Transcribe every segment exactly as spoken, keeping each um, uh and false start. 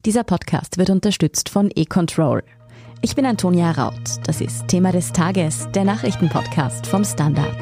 Dieser Podcast wird unterstützt von eControl. Ich bin Antonia Raut. Das ist Thema des Tages, der Nachrichtenpodcast vom Standard.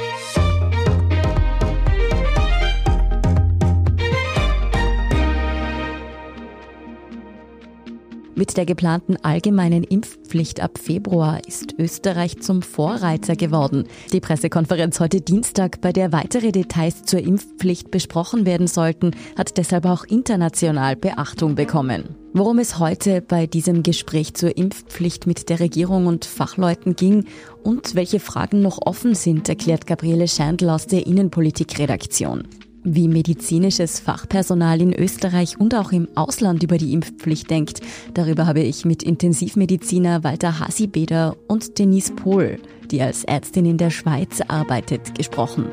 Mit der geplanten allgemeinen Impfpflicht ab Februar ist Österreich zum Vorreiter geworden. Die Pressekonferenz heute Dienstag, bei der weitere Details zur Impfpflicht besprochen werden sollten, hat deshalb auch international Beachtung bekommen. Worum es heute bei diesem Gespräch zur Impfpflicht mit der Regierung und Fachleuten ging und welche Fragen noch offen sind, erklärt Gabriele Scheindl aus der Innenpolitik-Redaktion. Wie medizinisches Fachpersonal in Österreich und auch im Ausland über die Impfpflicht denkt, darüber habe ich mit Intensivmediziner Walter Hasibeder und Denise Pohl, die als Ärztin in der Schweiz arbeitet, gesprochen.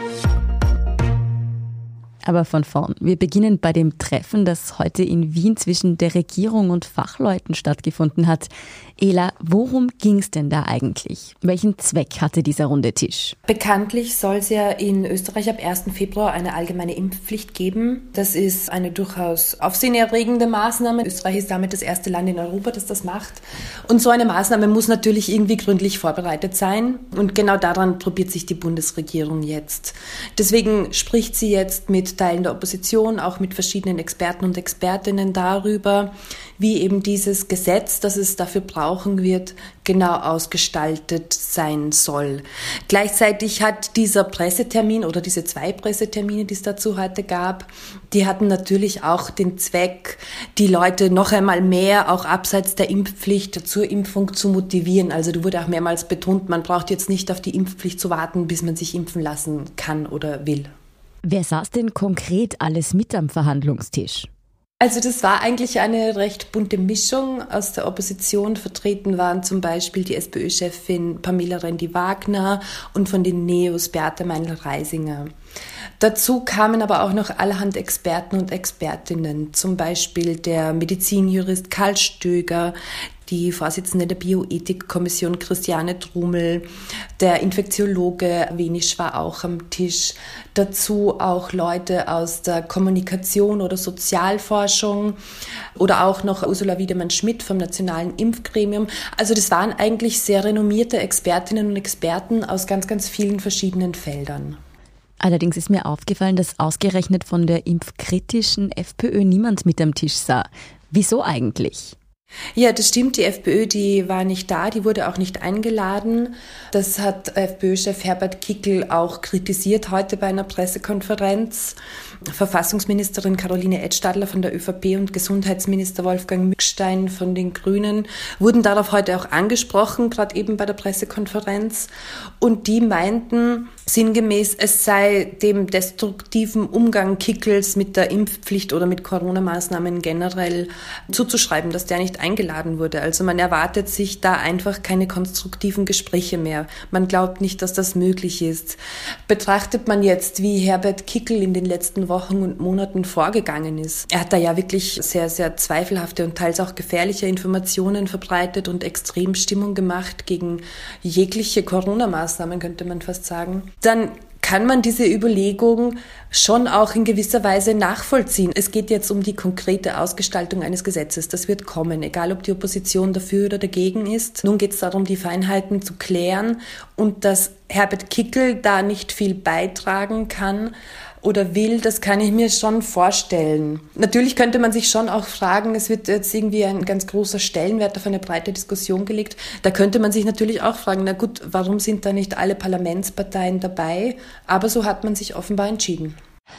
Aber von vorn. Wir beginnen bei dem Treffen, das heute in Wien zwischen der Regierung und Fachleuten stattgefunden hat. Ela, worum ging es denn da eigentlich? Welchen Zweck hatte dieser runde Tisch? Bekanntlich soll es ja in Österreich ab ersten Februar eine allgemeine Impfpflicht geben. Das ist eine durchaus aufsehenerregende Maßnahme. Österreich ist damit das erste Land in Europa, das das macht. Und so eine Maßnahme muss natürlich irgendwie gründlich vorbereitet sein. Und genau daran probiert sich die Bundesregierung jetzt. Deswegen spricht sie jetzt mit Teilen der Opposition, auch mit verschiedenen Experten und Expertinnen darüber, wie eben dieses Gesetz, das es dafür brauchen wird, genau ausgestaltet sein soll. Gleichzeitig hat dieser Pressetermin oder diese zwei Pressetermine, die es dazu heute gab, die hatten natürlich auch den Zweck, die Leute noch einmal mehr, auch abseits der Impfpflicht, zur Impfung zu motivieren. Also da wurde auch mehrmals betont, man braucht jetzt nicht auf die Impfpflicht zu warten, bis man sich impfen lassen kann oder will. Wer saß denn konkret alles mit am Verhandlungstisch? Also das war eigentlich eine recht bunte Mischung. Aus der Opposition vertreten waren zum Beispiel die SPÖ-Chefin Pamela Rendi-Wagner und von den Neos Beate Meinl-Reisinger. Dazu kamen aber auch noch allerhand Experten und Expertinnen, zum Beispiel der Medizinjurist Karl Stöger, die Vorsitzende der Bioethikkommission Christiane Drumel, der Infektiologe Wenisch war auch am Tisch. Dazu auch Leute aus der Kommunikation oder Sozialforschung oder auch noch Ursula Wiedemann-Schmidt vom Nationalen Impfgremium. Also das waren eigentlich sehr renommierte Expertinnen und Experten aus ganz, ganz vielen verschiedenen Feldern. Allerdings ist mir aufgefallen, dass ausgerechnet von der impfkritischen FPÖ niemand mit am Tisch sah. Wieso eigentlich? Ja, das stimmt. Die FPÖ, die war nicht da, die wurde auch nicht eingeladen. Das hat FPÖ-Chef Herbert Kickl auch kritisiert heute bei einer Pressekonferenz. Verfassungsministerin Caroline Edstadler von der ÖVP und Gesundheitsminister Wolfgang Mückstein von den Grünen wurden darauf heute auch angesprochen, gerade eben bei der Pressekonferenz. Und die meinten sinngemäß, es sei dem destruktiven Umgang Kickls mit der Impfpflicht oder mit Corona-Maßnahmen generell zuzuschreiben, dass der nicht eingeladen wurde. Also man erwartet sich da einfach keine konstruktiven Gespräche mehr. Man glaubt nicht, dass das möglich ist. Betrachtet man jetzt, wie Herbert Kickl in den letzten Wochen und Monaten vorgegangen ist. Er hat da ja wirklich sehr, sehr zweifelhafte und teils auch gefährliche Informationen verbreitet und extrem Stimmung gemacht gegen jegliche Corona-Maßnahmen, könnte man fast sagen. Dann kann man diese Überlegung schon auch in gewisser Weise nachvollziehen. Es geht jetzt um die konkrete Ausgestaltung eines Gesetzes. Das wird kommen, egal ob die Opposition dafür oder dagegen ist. Nun geht es darum, die Feinheiten zu klären und dass Herbert Kickl da nicht viel beitragen kann oder will, das kann ich mir schon vorstellen. Natürlich könnte man sich schon auch fragen, es wird jetzt irgendwie ein ganz großer Stellenwert auf eine breite Diskussion gelegt. Da könnte man sich natürlich auch fragen, na gut, warum sind da nicht alle Parlamentsparteien dabei? Aber so hat man sich offenbar entschieden.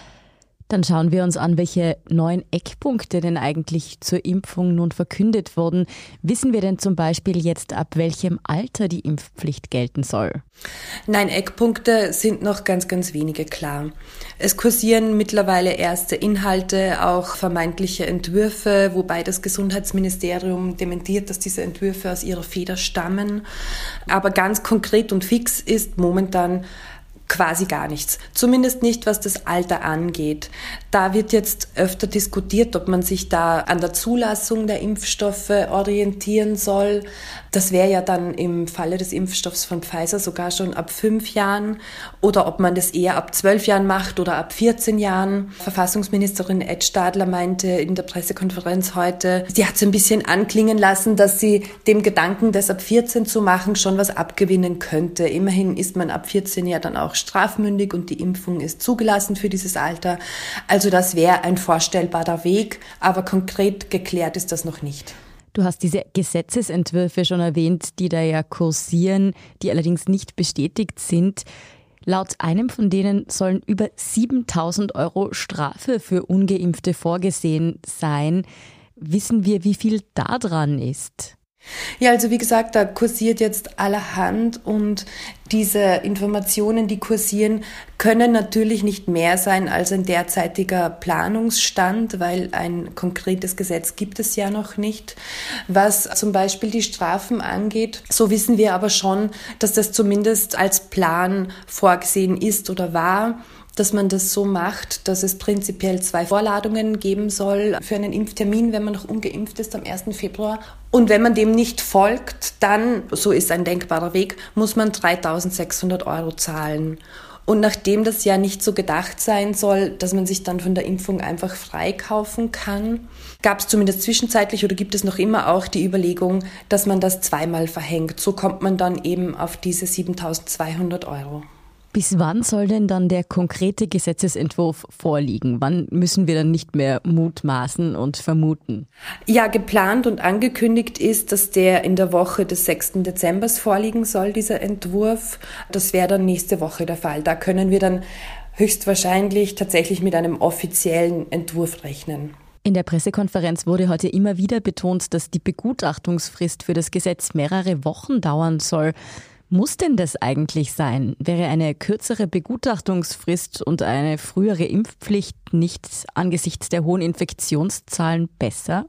Dann schauen wir uns an, welche neuen Eckpunkte denn eigentlich zur Impfung nun verkündet wurden. Wissen wir denn zum Beispiel jetzt, ab welchem Alter die Impfpflicht gelten soll? Nein, Eckpunkte sind noch ganz, ganz wenige klar. Es kursieren mittlerweile erste Inhalte, auch vermeintliche Entwürfe, wobei das Gesundheitsministerium dementiert, dass diese Entwürfe aus ihrer Feder stammen. Aber ganz konkret und fix ist momentan quasi gar nichts. Zumindest nicht, was das Alter angeht. Da wird jetzt öfter diskutiert, ob man sich da an der Zulassung der Impfstoffe orientieren soll. Das wäre ja dann im Falle des Impfstoffs von Pfizer sogar schon ab fünf Jahren oder ob man das eher ab zwölf Jahren macht oder ab vierzehn Jahren. Verfassungsministerin Edstadler meinte in der Pressekonferenz heute, sie hat so ein bisschen anklingen lassen, dass sie dem Gedanken, das ab vierzehn zu machen, schon was abgewinnen könnte. Immerhin ist man ab vierzehn ja dann auch strafmündig und die Impfung ist zugelassen für dieses Alter. Also das wäre ein vorstellbarer Weg, aber konkret geklärt ist das noch nicht. Du hast diese Gesetzesentwürfe schon erwähnt, die da ja kursieren, die allerdings nicht bestätigt sind. Laut einem von denen sollen über siebentausend Euro Strafe für Ungeimpfte vorgesehen sein. Wissen wir, wie viel da dran ist? Ja, also wie gesagt, da kursiert jetzt allerhand und diese Informationen, die kursieren, können natürlich nicht mehr sein als ein derzeitiger Planungsstand, weil ein konkretes Gesetz gibt es ja noch nicht. Was zum Beispiel die Strafen angeht, so wissen wir aber schon, dass das zumindest als Plan vorgesehen ist oder war, dass man das so macht, dass es prinzipiell zwei Vorladungen geben soll für einen Impftermin, wenn man noch ungeimpft ist am ersten Februar. Und wenn man dem nicht folgt, dann, so ist ein denkbarer Weg, muss man dreitausendsechshundert Euro zahlen. Und nachdem das ja nicht so gedacht sein soll, dass man sich dann von der Impfung einfach freikaufen kann, gab es zumindest zwischenzeitlich oder gibt es noch immer auch die Überlegung, dass man das zweimal verhängt. So kommt man dann eben auf diese siebentausendzweihundert Euro. Bis wann soll denn dann der konkrete Gesetzesentwurf vorliegen? Wann müssen wir dann nicht mehr mutmaßen und vermuten? Ja, geplant und angekündigt ist, dass der in der Woche des sechsten Dezember vorliegen soll, dieser Entwurf. Das wäre dann nächste Woche der Fall. Da können wir dann höchstwahrscheinlich tatsächlich mit einem offiziellen Entwurf rechnen. In der Pressekonferenz wurde heute immer wieder betont, dass die Begutachtungsfrist für das Gesetz mehrere Wochen dauern soll. Muss denn das eigentlich sein? Wäre eine kürzere Begutachtungsfrist und eine frühere Impfpflicht nicht angesichts der hohen Infektionszahlen besser?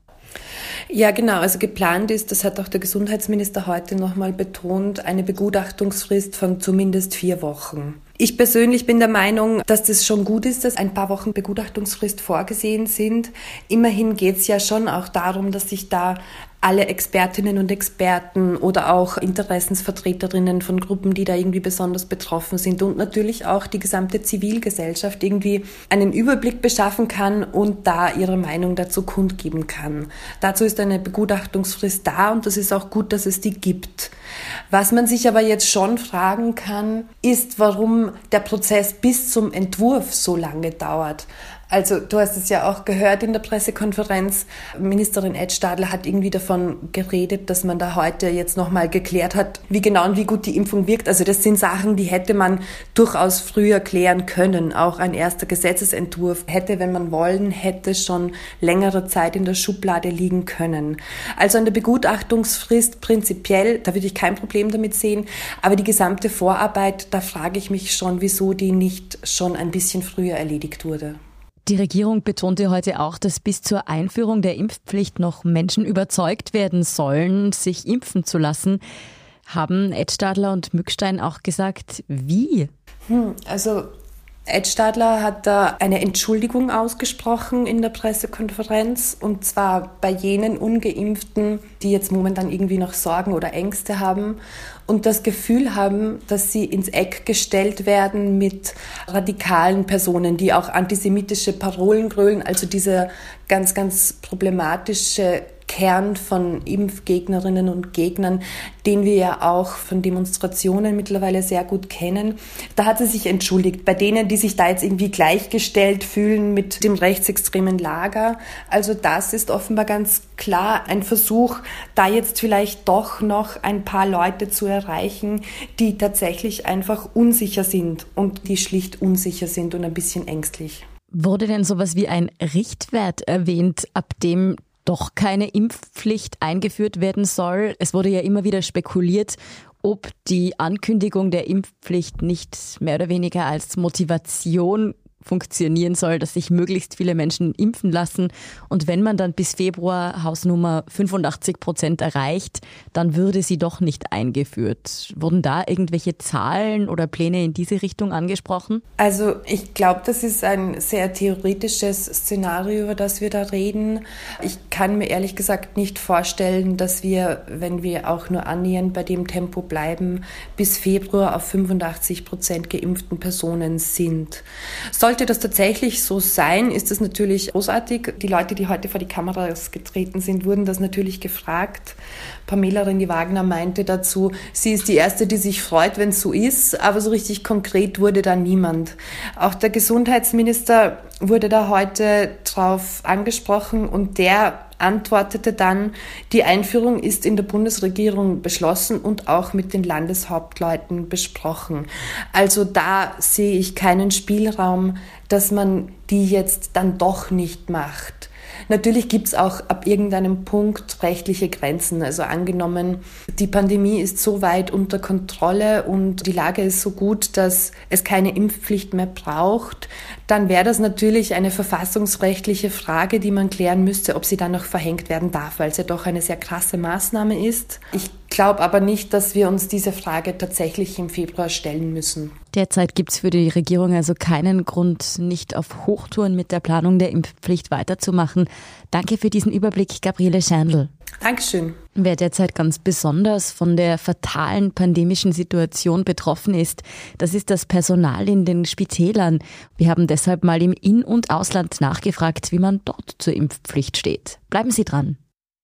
Ja, genau. Also geplant ist, das hat auch der Gesundheitsminister heute nochmal betont, eine Begutachtungsfrist von zumindest vier Wochen. Ich persönlich bin der Meinung, dass das schon gut ist, dass ein paar Wochen Begutachtungsfrist vorgesehen sind. Immerhin geht es ja schon auch darum, dass sich da alle Expertinnen und Experten oder auch Interessensvertreterinnen von Gruppen, die da irgendwie besonders betroffen sind und natürlich auch die gesamte Zivilgesellschaft irgendwie einen Überblick beschaffen kann und da ihre Meinung dazu kundgeben kann. Dazu ist eine Begutachtungsfrist da und das ist auch gut, dass es die gibt. Was man sich aber jetzt schon fragen kann, ist, warum der Prozess bis zum Entwurf so lange dauert. Also du hast es ja auch gehört in der Pressekonferenz, Ministerin Edstadler hat irgendwie davon geredet, dass man da heute jetzt nochmal geklärt hat, wie genau und wie gut die Impfung wirkt. Also das sind Sachen, die hätte man durchaus früher klären können. Auch ein erster Gesetzesentwurf hätte, wenn man wollen, hätte schon längere Zeit in der Schublade liegen können. Also an der Begutachtungsfrist prinzipiell, da würde ich kein Problem damit sehen. Aber die gesamte Vorarbeit, da frage ich mich schon, wieso die nicht schon ein bisschen früher erledigt wurde. Die Regierung betonte heute auch, dass bis zur Einführung der Impfpflicht noch Menschen überzeugt werden sollen, sich impfen zu lassen. Haben Edstadler und Mückstein auch gesagt, wie? Hm, also Edstadler hat da eine Entschuldigung ausgesprochen in der Pressekonferenz und zwar bei jenen Ungeimpften, die jetzt momentan irgendwie noch Sorgen oder Ängste haben und das Gefühl haben, dass sie ins Eck gestellt werden mit radikalen Personen, die auch antisemitische Parolen grölen, also dieser ganz, ganz problematische Kern von Impfgegnerinnen und Gegnern, den wir ja auch von Demonstrationen mittlerweile sehr gut kennen. Da hat sie sich entschuldigt, bei denen, die sich da jetzt irgendwie gleichgestellt fühlen mit dem rechtsextremen Lager. Also das ist offenbar ganz klar ein Versuch, da jetzt vielleicht doch noch ein paar Leute zu erreichen, die tatsächlich einfach unsicher sind und die schlicht unsicher sind und ein bisschen ängstlich. Wurde denn sowas wie ein Richtwert erwähnt, ab dem doch keine Impfpflicht eingeführt werden soll? Es wurde ja immer wieder spekuliert, ob die Ankündigung der Impfpflicht nicht mehr oder weniger als Motivation funktionieren soll, dass sich möglichst viele Menschen impfen lassen. Und wenn man dann bis Februar Hausnummer fünfundachtzig Prozent erreicht, dann würde sie doch nicht eingeführt. Wurden da irgendwelche Zahlen oder Pläne in diese Richtung angesprochen? Also ich glaube, das ist ein sehr theoretisches Szenario, über das wir da reden. Ich kann mir ehrlich gesagt nicht vorstellen, dass wir, wenn wir auch nur annähernd bei dem Tempo bleiben, bis Februar auf fünfundachtzig Prozent geimpften Personen sind. Sollte das tatsächlich so sein, ist das natürlich großartig. Die Leute, die heute vor die Kameras getreten sind, wurden das natürlich gefragt. Pamela Rendi-Wagner meinte dazu, sie ist die Erste, die sich freut, wenn es so ist, aber so richtig konkret wurde da niemand. Auch der Gesundheitsminister wurde da heute drauf angesprochen und der antwortete dann, die Einführung ist in der Bundesregierung beschlossen und auch mit den Landeshauptleuten besprochen. Also da sehe ich keinen Spielraum, dass man die jetzt dann doch nicht macht. Natürlich gibt es auch ab irgendeinem Punkt rechtliche Grenzen. Also angenommen, die Pandemie ist so weit unter Kontrolle und die Lage ist so gut, dass es keine Impfpflicht mehr braucht, dann wäre das natürlich eine verfassungsrechtliche Frage, die man klären müsste, ob sie dann noch verhängt werden darf, weil es ja doch eine sehr krasse Maßnahme ist. Ich glaube aber nicht, dass wir uns diese Frage tatsächlich im Februar stellen müssen. Derzeit gibt es für die Regierung also keinen Grund, nicht auf Hochtouren mit der Planung der Impfpflicht weiterzumachen. Danke für diesen Überblick, Gabriele Schandl. Dankeschön. Wer derzeit ganz besonders von der fatalen pandemischen Situation betroffen ist, das ist das Personal in den Spitälern. Wir haben deshalb mal im In- und Ausland nachgefragt, wie man dort zur Impfpflicht steht. Bleiben Sie dran.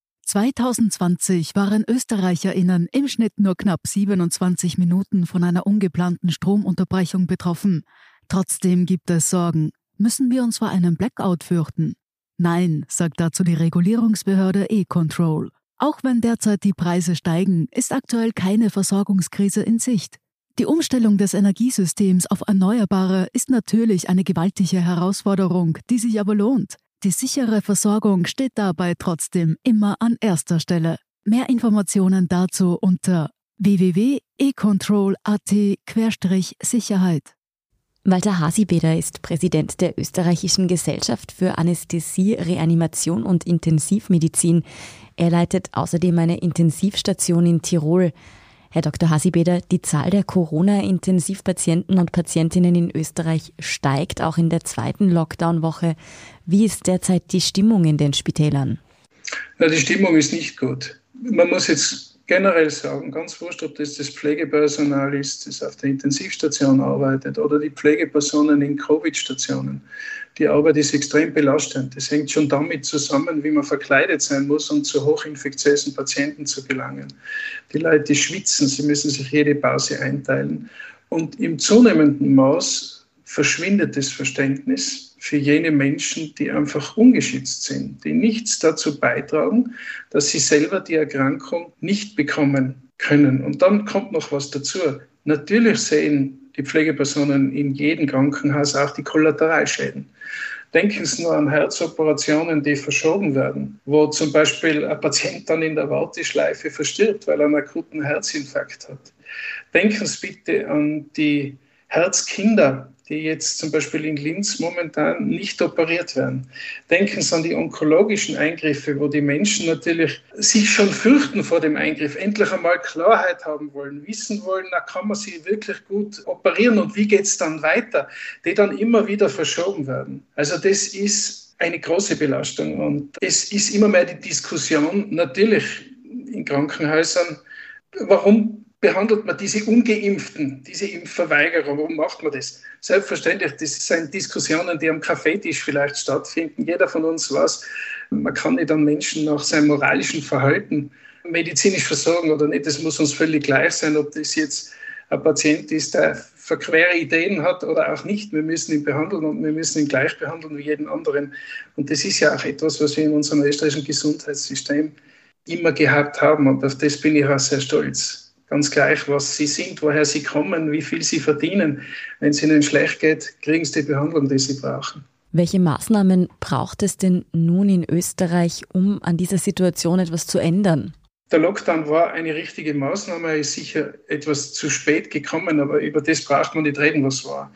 zwanzig zwanzig waren ÖsterreicherInnen im Schnitt nur knapp siebenundzwanzig Minuten von einer ungeplanten Stromunterbrechung betroffen. Trotzdem gibt es Sorgen. Müssen wir uns vor einem Blackout fürchten? Nein, sagt dazu die Regulierungsbehörde E-Control. Auch wenn derzeit die Preise steigen, ist aktuell keine Versorgungskrise in Sicht. Die Umstellung des Energiesystems auf Erneuerbare ist natürlich eine gewaltige Herausforderung, die sich aber lohnt. Die sichere Versorgung steht dabei trotzdem immer an erster Stelle. Mehr Informationen dazu unter w w w punkt e control punkt a t Sicherheit. Walter Hasibeder ist Präsident der Österreichischen Gesellschaft für Anästhesie, Reanimation und Intensivmedizin. Er leitet außerdem eine Intensivstation in Tirol. Herr Doktor Hasibeder, die Zahl der Corona-Intensivpatienten und Patientinnen in Österreich steigt auch in der zweiten Lockdown-Woche. Wie ist derzeit die Stimmung in den Spitälern? Na, die Stimmung ist nicht gut. Man muss jetzt generell sagen, ganz wurscht, ob das das Pflegepersonal ist, das auf der Intensivstation arbeitet oder die Pflegepersonen in Covid-Stationen. Die Arbeit ist extrem belastend. Das hängt schon damit zusammen, wie man verkleidet sein muss, um zu hochinfektiösen Patienten zu gelangen. Die Leute schwitzen, sie müssen sich jede Pause einteilen. Und im zunehmenden Maß verschwindet das Verständnis für jene Menschen, die einfach ungeschützt sind, die nichts dazu beitragen, dass sie selber die Erkrankung nicht bekommen können. Und dann kommt noch was dazu. Natürlich sehen die Pflegepersonen in jedem Krankenhaus auch die Kollateralschäden. Denken Sie nur an Herzoperationen, die verschoben werden, wo zum Beispiel ein Patient dann in der Warteschleife verstirbt, weil er einen akuten Herzinfarkt hat. Denken Sie bitte an die Herzkinder, die jetzt zum Beispiel in Linz momentan nicht operiert werden. Denken Sie an die onkologischen Eingriffe, wo die Menschen natürlich sich schon fürchten vor dem Eingriff, endlich einmal Klarheit haben wollen, wissen wollen, na, kann man sie wirklich gut operieren und wie geht es dann weiter, die dann immer wieder verschoben werden. Also das ist eine große Belastung und es ist immer mehr die Diskussion natürlich in Krankenhäusern, warum behandelt man diese Ungeimpften, diese Impfverweigerer? Warum macht man das? Selbstverständlich, das sind Diskussionen, die am Kaffeetisch vielleicht stattfinden. Jeder von uns weiß, man kann nicht an Menschen nach seinem moralischen Verhalten medizinisch versorgen oder nicht. Das muss uns völlig gleich sein, ob das jetzt ein Patient ist, der verquere Ideen hat oder auch nicht. Wir müssen ihn behandeln und wir müssen ihn gleich behandeln wie jeden anderen. Und das ist ja auch etwas, was wir in unserem österreichischen Gesundheitssystem immer gehabt haben. Und auf das bin ich auch sehr stolz. Ganz gleich, was sie sind, woher sie kommen, wie viel sie verdienen. Wenn es ihnen schlecht geht, kriegen sie die Behandlung, die sie brauchen. Welche Maßnahmen braucht es denn nun in Österreich, um an dieser Situation etwas zu ändern? Der Lockdown war eine richtige Maßnahme, ist sicher etwas zu spät gekommen, aber über das braucht man nicht reden, was war.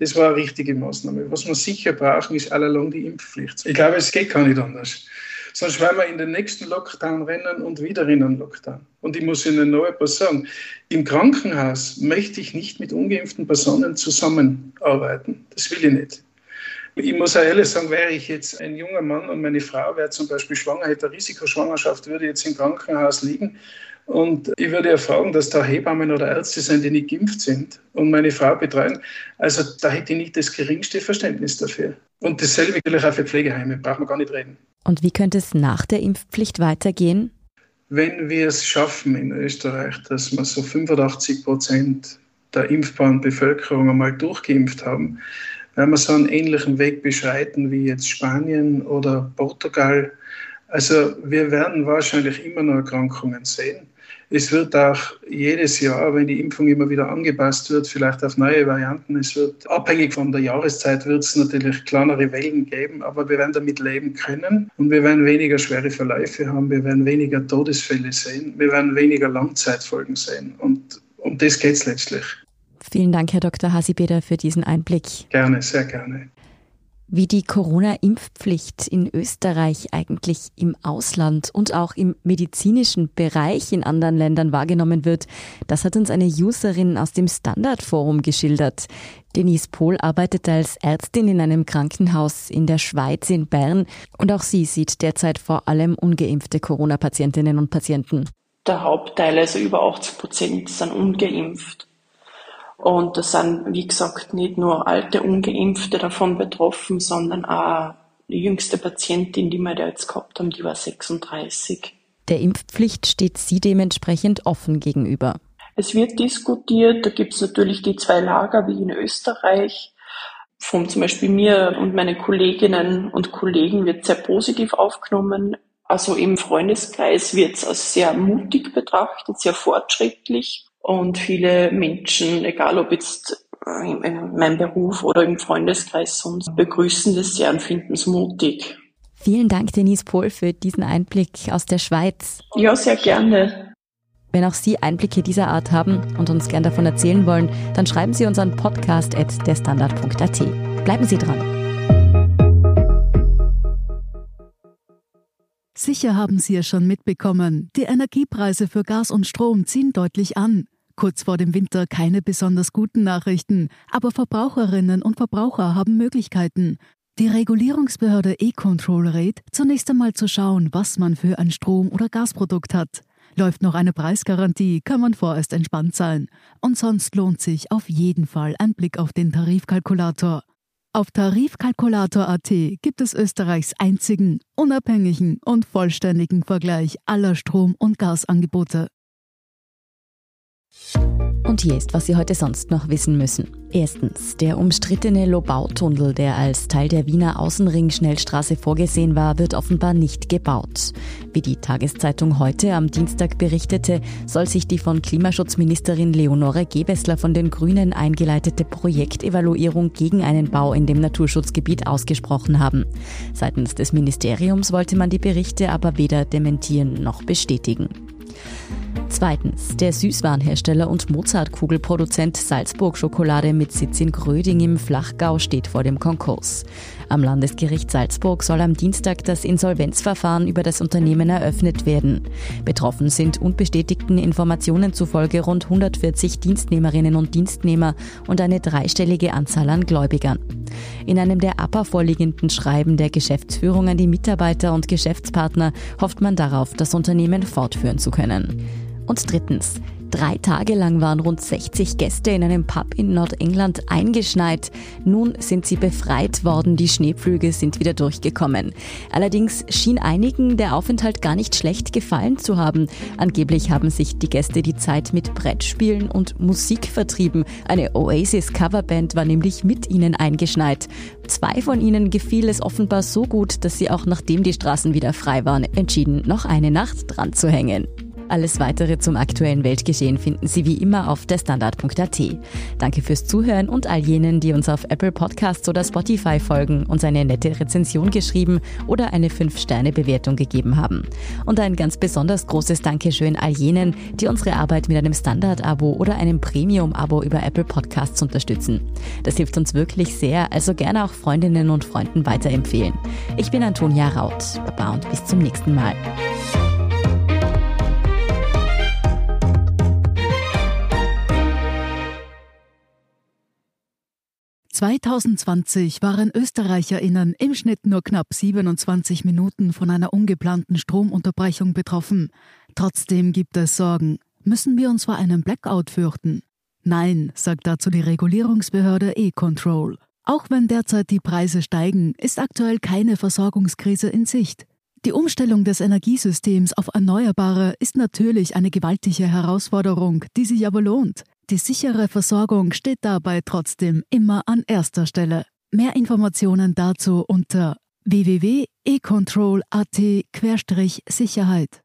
Das war eine richtige Maßnahme. Was wir sicher brauchen, ist allalong die Impfpflicht. Ich glaube, es geht gar nicht anders. Sonst werden wir in den nächsten Lockdown rennen und wieder in einen Lockdown. Und ich muss Ihnen noch etwas sagen. Im Krankenhaus möchte ich nicht mit ungeimpften Personen zusammenarbeiten. Das will ich nicht. Ich muss auch ehrlich sagen, wäre ich jetzt ein junger Mann und meine Frau wäre zum Beispiel schwanger, hätte eine Risikoschwangerschaft, würde jetzt im Krankenhaus liegen. Und ich würde ja fragen, dass da Hebammen oder Ärzte sind, die nicht geimpft sind und meine Frau betreuen. Also da hätte ich nicht das geringste Verständnis dafür. Und dasselbe natürlich auch für Pflegeheime, brauchen wir gar nicht reden. Und wie könnte es nach der Impfpflicht weitergehen? Wenn wir es schaffen in Österreich, dass wir so fünfundachtzig Prozent der impfbaren Bevölkerung einmal durchgeimpft haben, werden wir so einen ähnlichen Weg beschreiten wie jetzt Spanien oder Portugal. Also wir werden wahrscheinlich immer noch Erkrankungen sehen. Es wird auch jedes Jahr, wenn die Impfung immer wieder angepasst wird, vielleicht auf neue Varianten, es wird abhängig von der Jahreszeit, wird es natürlich kleinere Wellen geben, aber wir werden damit leben können und wir werden weniger schwere Verläufe haben, wir werden weniger Todesfälle sehen, wir werden weniger Langzeitfolgen sehen und um das geht es letztlich. Vielen Dank, Herr Doktor Hasibeder, für diesen Einblick. Gerne, sehr gerne. Wie die Corona-Impfpflicht in Österreich eigentlich im Ausland und auch im medizinischen Bereich in anderen Ländern wahrgenommen wird, das hat uns eine Userin aus dem Standard-Forum geschildert. Denise Pohl arbeitet als Ärztin in einem Krankenhaus in der Schweiz in Bern und auch sie sieht derzeit vor allem ungeimpfte Corona-Patientinnen und Patienten. Der Hauptteil, also über achtzig Prozent, sind ungeimpft. Und da sind, wie gesagt, nicht nur alte Ungeimpfte davon betroffen, sondern auch die jüngste Patientin, die wir da jetzt gehabt haben, die war sechsunddreißig. Der Impfpflicht steht sie dementsprechend offen gegenüber. Es wird diskutiert, da gibt es natürlich die zwei Lager wie in Österreich. Von zum Beispiel mir und meine Kolleginnen und Kollegen wird sehr positiv aufgenommen. Also im Freundeskreis wird es als sehr mutig betrachtet, sehr fortschrittlich. Und viele Menschen, egal ob jetzt in meinem Beruf oder im Freundeskreis sonst, begrüßen das sehr und finden es mutig. Vielen Dank, Denise Pohl, für diesen Einblick aus der Schweiz. Ja, sehr gerne. Wenn auch Sie Einblicke dieser Art haben und uns gern davon erzählen wollen, dann schreiben Sie uns an podcast at derstandard punkt a t. Bleiben Sie dran. Sicher haben Sie es schon mitbekommen, die Energiepreise für Gas und Strom ziehen deutlich an. Kurz vor dem Winter keine besonders guten Nachrichten, aber Verbraucherinnen und Verbraucher haben Möglichkeiten. Die Regulierungsbehörde E-Control rät, zunächst einmal zu schauen, was man für ein Strom- oder Gasprodukt hat. Läuft noch eine Preisgarantie, kann man vorerst entspannt sein. Und sonst lohnt sich auf jeden Fall ein Blick auf den Tarifkalkulator. Auf tarifkalkulator punkt a t gibt es Österreichs einzigen, unabhängigen und vollständigen Vergleich aller Strom- und Gasangebote. Und hier ist, was Sie heute sonst noch wissen müssen. Erstens, der umstrittene Lobau-Tunnel, der als Teil der Wiener Außenring-Schnellstraße vorgesehen war, wird offenbar nicht gebaut. Wie die Tageszeitung heute am Dienstag berichtete, soll sich die von Klimaschutzministerin Leonore Gewessler von den Grünen eingeleitete Projektevaluierung gegen einen Bau in dem Naturschutzgebiet ausgesprochen haben. Seitens des Ministeriums wollte man die Berichte aber weder dementieren noch bestätigen. Zweitens, der Süßwarenhersteller und Mozartkugelproduzent Salzburg Schokolade mit Sitz in Gröding im Flachgau steht vor dem Konkurs. Am Landesgericht Salzburg soll am Dienstag das Insolvenzverfahren über das Unternehmen eröffnet werden. Betroffen sind unbestätigten Informationen zufolge rund hundertvierzig Dienstnehmerinnen und Dienstnehmer und eine dreistellige Anzahl an Gläubigern. In einem der A P A vorliegenden Schreiben der Geschäftsführung an die Mitarbeiter und Geschäftspartner hofft man darauf, das Unternehmen fortführen zu können. Und drittens, drei Tage lang waren rund sechzig Gäste in einem Pub in Nordengland eingeschneit. Nun sind sie befreit worden, die Schneepflüge sind wieder durchgekommen. Allerdings schien einigen der Aufenthalt gar nicht schlecht gefallen zu haben. Angeblich haben sich die Gäste die Zeit mit Brettspielen und Musik vertrieben. Eine Oasis-Coverband war nämlich mit ihnen eingeschneit. Zwei von ihnen gefiel es offenbar so gut, dass sie auch nachdem die Straßen wieder frei waren, entschieden, noch eine Nacht dran zu hängen. Alles Weitere zum aktuellen Weltgeschehen finden Sie wie immer auf derstandard punkt a t. Danke fürs Zuhören und all jenen, die uns auf Apple Podcasts oder Spotify folgen, uns eine nette Rezension geschrieben oder eine fünf Sterne Bewertung gegeben haben. Und ein ganz besonders großes Dankeschön all jenen, die unsere Arbeit mit einem Standard-Abo oder einem Premium-Abo über Apple Podcasts unterstützen. Das hilft uns wirklich sehr, also gerne auch Freundinnen und Freunden weiterempfehlen. Ich bin Antonia Raut. Baba und bis zum nächsten Mal. zwanzig zwanzig waren ÖsterreicherInnen im Schnitt nur knapp siebenundzwanzig Minuten von einer ungeplanten Stromunterbrechung betroffen. Trotzdem gibt es Sorgen. Müssen wir uns vor einem Blackout fürchten? Nein, sagt dazu die Regulierungsbehörde E-Control. Auch wenn derzeit die Preise steigen, ist aktuell keine Versorgungskrise in Sicht. Die Umstellung des Energiesystems auf Erneuerbare ist natürlich eine gewaltige Herausforderung, die sich aber lohnt. Die sichere Versorgung steht dabei trotzdem immer an erster Stelle. Mehr Informationen dazu unter w w w punkt e control punkt a t Sicherheit.